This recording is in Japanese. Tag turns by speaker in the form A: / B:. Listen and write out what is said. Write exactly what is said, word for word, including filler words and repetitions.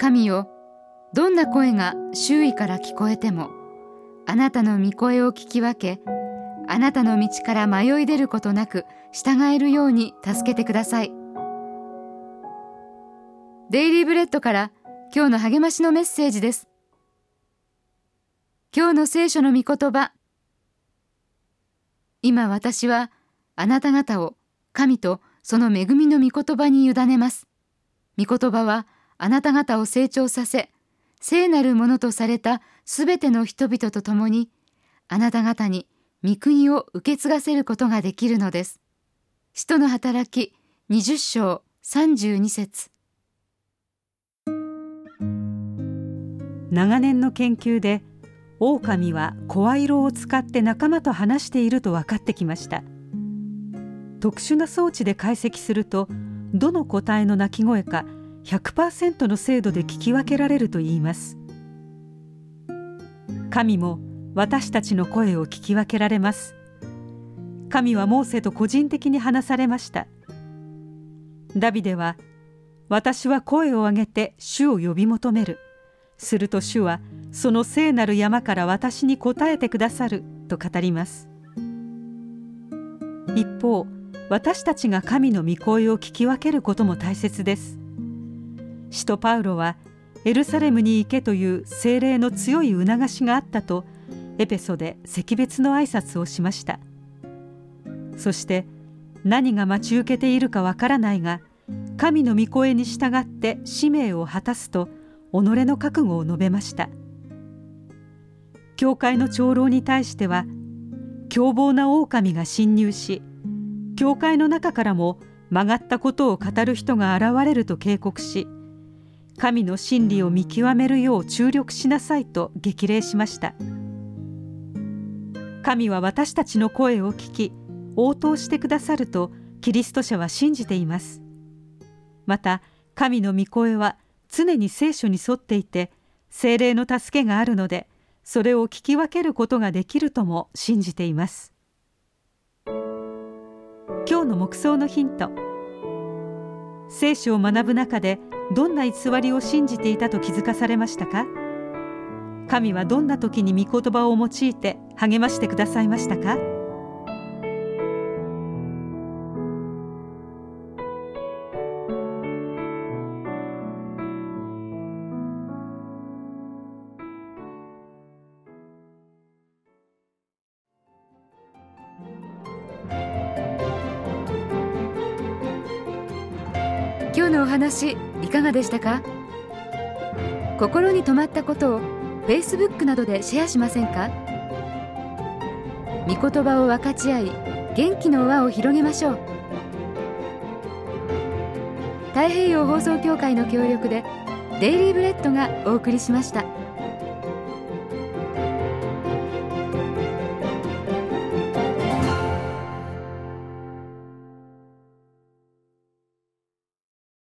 A: 神よ、どんな声が周囲から聞こえても、あなたの御声を聞き分け、あなたの道から迷い出ることなく従えるように助けてください。デイリーブレッドから今日の励ましのメッセージです。今日の聖書の御言葉。今私はあなた方を神とその恵みの御言葉に委ねます。御言葉はあなた方を成長させ、聖なるものとされたすべての人々と共に、あなた方に御国を受け継がせることができるのです。使徒の働きにじゅっ章さんじゅうに節。
B: 長年の研究で、狼は声色を使って仲間と話していると分かってきました。特殊な装置で解析すると、どの個体の鳴き声か ひゃくパーセント の精度で聞き分けられるといいます。神も私たちの声を聞き分けられます。神はモーセと個人的に話されました。ダビデは、私は声を上げて主を呼び求める。すると主はその聖なる山から私に答えてくださると語ります。一方、私たちが神の御声を聞き分けることも大切です。使徒パウロはエルサレムに行けという聖霊の強い促しがあったとエペソで惜別の挨拶をしました。そして何が待ち受けているかわからないが、神の御声に従って使命を果たすと己の覚悟を述べました。教会の長老に対しては、凶暴な狼が侵入し、教会の中からも曲がったことを語る人が現れると警告し、神の真理を見極めるよう注力しなさいと激励しました。神は私たちの声を聞き、応答してくださるとキリスト者は信じています。また、神の御声は常に聖書に沿っていて、聖霊の助けがあるので、それを聞き分けることができるとも信じています。今日の黙想のヒント。聖書を学ぶ中でどんな偽りを信じていたと気づかされましたか？神はどんな時に御言葉を用いて励ましてくださいましたか？
A: 今日のお話いかがでしたか？心に留まったことを Facebook などでシェアしませんか？御言葉を分かち合い、元気の輪を広げましょう。太平洋放送協会の協力でデイリーブレッドがお送りしました。